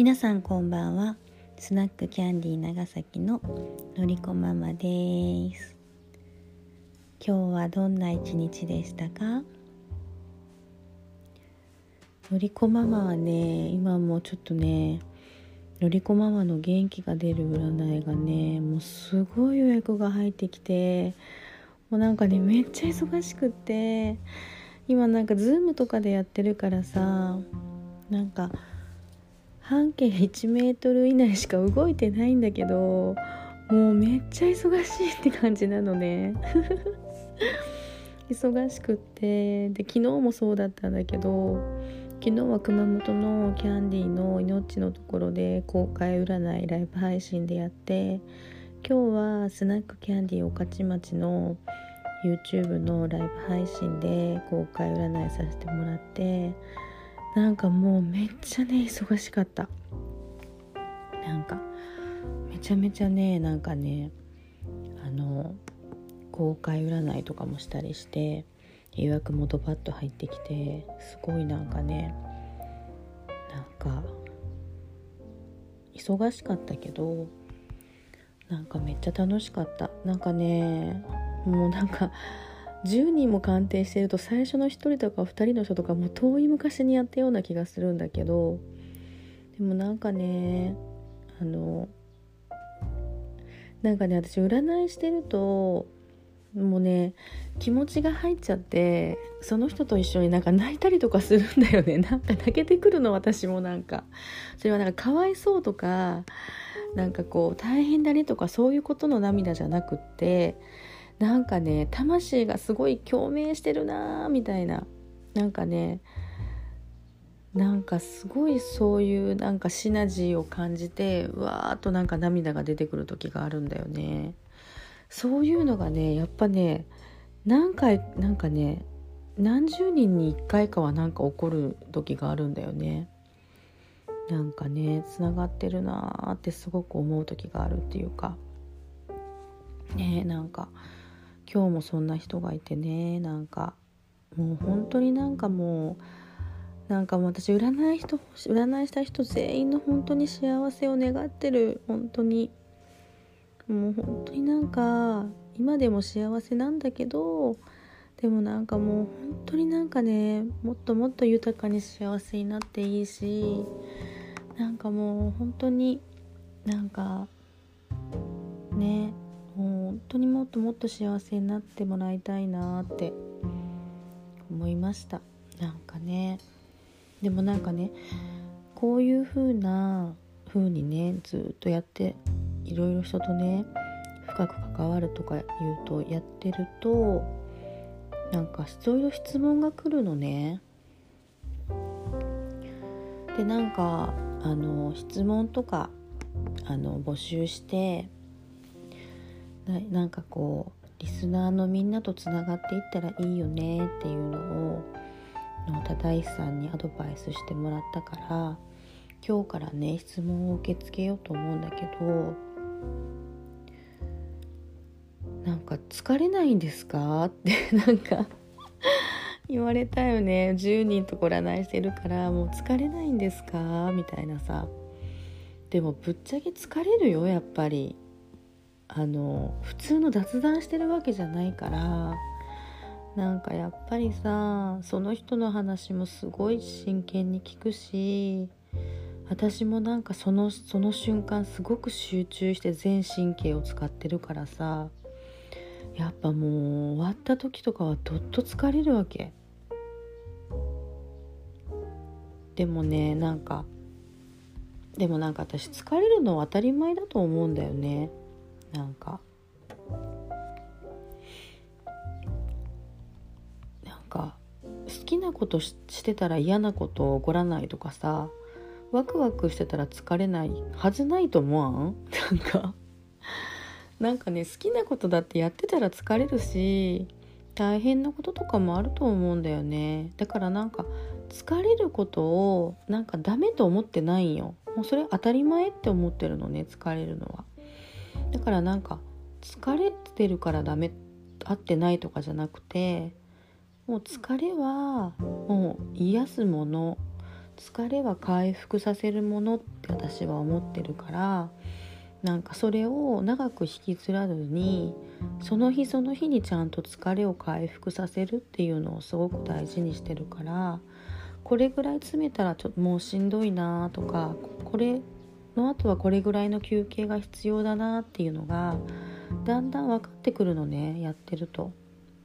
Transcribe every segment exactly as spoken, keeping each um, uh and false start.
皆さんこんばんは。スナックキャンディー長崎ののりこママです。今日はどんな一日でしたか？のりこママはね、今もうちょっとね、のりこママの元気が出る占いがね、もうすごい予約が入ってきて、もうなんかねめっちゃ忙しくって、今なんかズームとかでやってるからさ、なんか半径いちメートル以内しか動いてないんだけど、もうめっちゃ忙しいって感じなのね忙しくって、で昨日もそうだったんだけど、昨日は熊本のキャンディーの命のところで公開占いライブ配信でやって、今日はスナックキャンディー御徒町の YouTube のライブ配信で公開占いさせてもらって、なんかもうめっちゃね忙しかった。なんかめちゃめちゃねなんかねあの公開占いとかもしたりして、予約もドバッと入ってきて、すごいなんかねなんか忙しかったけど、なんかめっちゃ楽しかった。なんかねもうなんかじゅうにんも鑑定してると、最初のひとりとかふたりの人とかもう遠い昔にやったような気がするんだけど、でもなんかねあのなんかね私占いしてるともうね気持ちが入っちゃって、その人と一緒になんか泣いたりとかするんだよね。なんか泣けてくるの、私も。なんかそれはなんかかわいそうとか、なんかこう大変だねとかそういうことの涙じゃなくって、なんかね魂がすごい共鳴してるなみたいな、なんかねなんかすごいそういうなんかシナジーを感じて、うわーっとなんか涙が出てくる時があるんだよね。そういうのがねやっぱね何回なんかね何十人にいっかいかはなんか起こる時があるんだよね。なんかねつながってるなーってすごく思う時があるっていうかね。なんか今日もそんな人がいてね、なんかもう本当になんかもうなんかもう私占い人占いした人全員の本当に幸せを願ってる。本当にもう本当になんか今でも幸せなんだけど、でもなんかもう本当になんかねもっともっと豊かに幸せになっていいし、なんかもう本当になんかねもう本当にもっともっと幸せになってもらいたいなって思いました。なんかねでもなんかねこういう風な風にねずっとやっていろいろ人とね深く関わるとか言うとやってると、なんかいろいろ質問が来るのね。でなんかあの質問とかあの募集してな, なんかこうリスナーのみんなとつながっていったらいいよねっていうのをの忠石さんにアドバイスしてもらったから、今日からね質問を受け付けようと思うんだけど、なんか疲れないんですかってなんか言われたよね。じゅうにんと占いしてるからもう疲れないんですかみたいなさ。でもぶっちゃけ疲れるよやっぱり。あの普通の雑談してるわけじゃないから、なんかやっぱりさその人の話もすごい真剣に聞くし、私もなんかそのその瞬間すごく集中して全神経を使ってるからさ、やっぱもう終わった時とかはどっと疲れるわけ。でもねなんかでもなんか私疲れるのは当たり前だと思うんだよね。なんかなんか好きなこと し, してたら嫌なこと起こらないとかさ、ワクワクしてたら疲れないはずないと思わん？なんかなんかね好きなことだってやってたら疲れるし、大変なこととかもあると思うんだよね。だからなんか疲れることをなんかダメと思ってないんよ。もうそれ当たり前って思ってるのね、疲れるのは。だからなんか疲れてるからダメ合ってないとかじゃなくて、もう疲れはもう癒すもの、 疲れは回復させるものって私は思ってるから、なんかそれを長く引きずらずに、その日その日にちゃんと疲れを回復させるっていうのをすごく大事にしてるから、これぐらい詰めたらちょっともうしんどいなとか、これの後はこれぐらいの休憩が必要だなっていうのがだんだん分かってくるのね、やってると。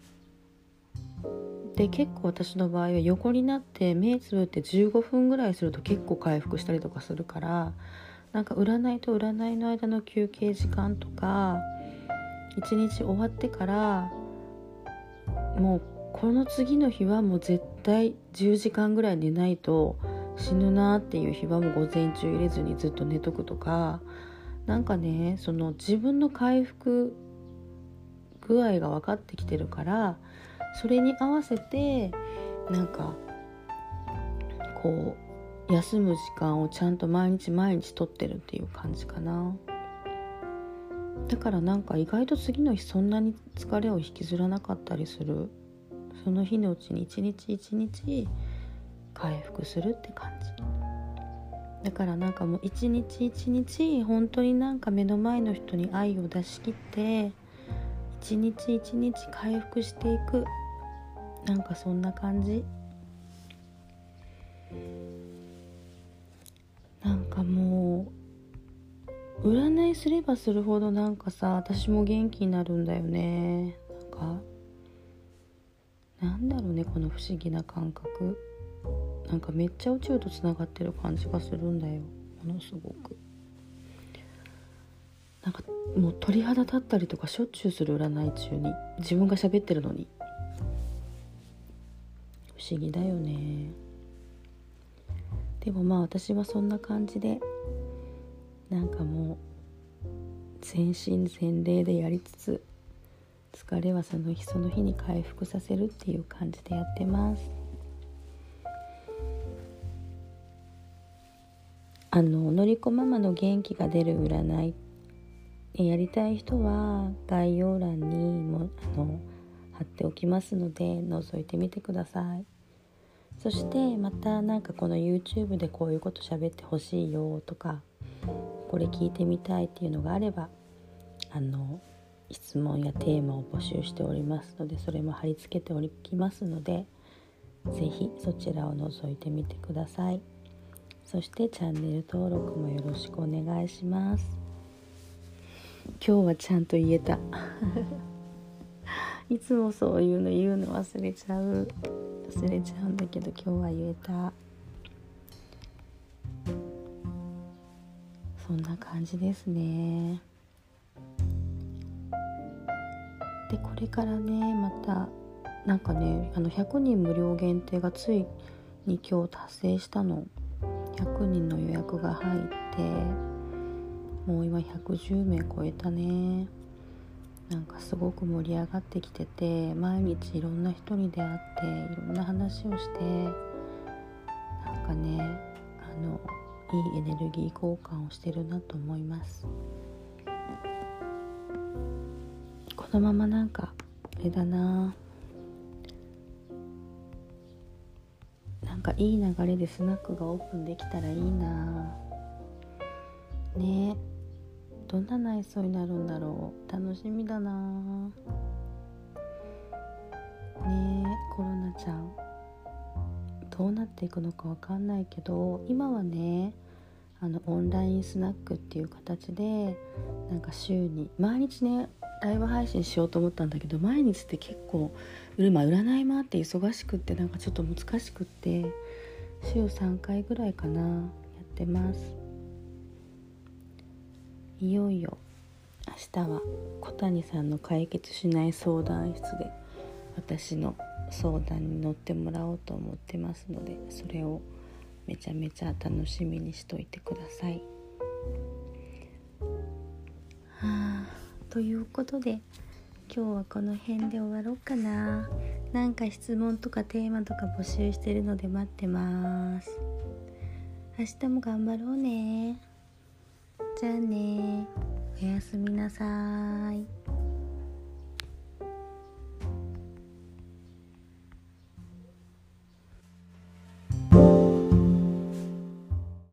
で結構私の場合は横になって目つぶってじゅうごふんぐらいすると結構回復したりとかするから、なんか占いと占いの間の休憩時間とか一日終わってから、もうこの次の日はもう絶対じゅうじかんぐらい寝ないと死ぬなっていう日はもう午前中入れずにずっと寝とくとか、なんかね、その自分の回復具合が分かってきてるから、それに合わせてなんかこう休む時間をちゃんと毎日毎日取ってるっていう感じかな。だからなんか意外と次の日そんなに疲れを引きずらなかったりする。その日のうちに一日一日回復するって感じだから、なんかもう一日一日本当になんか目の前の人に愛を出し切って一日一日回復していく、なんかそんな感じ。なんかもう占いすればするほどなんかさ、私も元気になるんだよね。なんかなんだろうね、この不思議な感覚。なんかめっちゃ宇宙とつながってる感じがするんだよ、ものすごく。なんかもう鳥肌立ったりとかしょっちゅうする、占い中に自分が喋ってるのに。不思議だよね。でもまあ私はそんな感じで、なんかもう全身全霊でやりつつ、疲れはその日その日に回復させるっていう感じでやってます。あののりこママの元気が出る占いやりたい人は概要欄にもあの貼っておきますので覗いてみてください。そしてまたなんかこの YouTube でこういうこと喋ってほしいよとか、これ聞いてみたいっていうのがあれば、あの質問やテーマを募集しておりますので、それも貼り付けておきますので、ぜひそちらを覗いてみてください。そしてチャンネル登録もよろしくお願いします。今日はちゃんと言えたいつもそういうの言うの忘れちゃう忘れちゃうんだけど、今日は言えた。そんな感じですね。でこれからね、またなんかね、あのひゃくにん無料限定がついに今日達成したの。ひゃくにんの予約が入って、もう今ひゃくじゅうめい超えたね。なんかすごく盛り上がってきてて、毎日いろんな人に出会っていろんな話をして、なんかね、あのいいエネルギー交換をしてるなと思います。このままなんかあれだな、なんかいい流れでスナックがオープンできたらいいなね。どんな内装になるんだろう、楽しみだなね。コロナちゃんどうなっていくのかわかんないけど、今はね、あのオンラインスナックっていう形で、なんか週に毎日ねライブ配信しようと思ったんだけど、毎日って結構今占いもあって忙しくって、なんかちょっと難しくって、週さんかいぐらいかなやってます。いよいよ明日は小谷さんの解決しない相談室で私の相談に乗ってもらおうと思ってますので、それをめちゃめちゃ楽しみにしといてください。はあ、ということで今日はこの辺で終わろうかな。なんか質問とかテーマとか募集してるので待ってます。明日も頑張ろうね。じゃあね、おやすみなさい。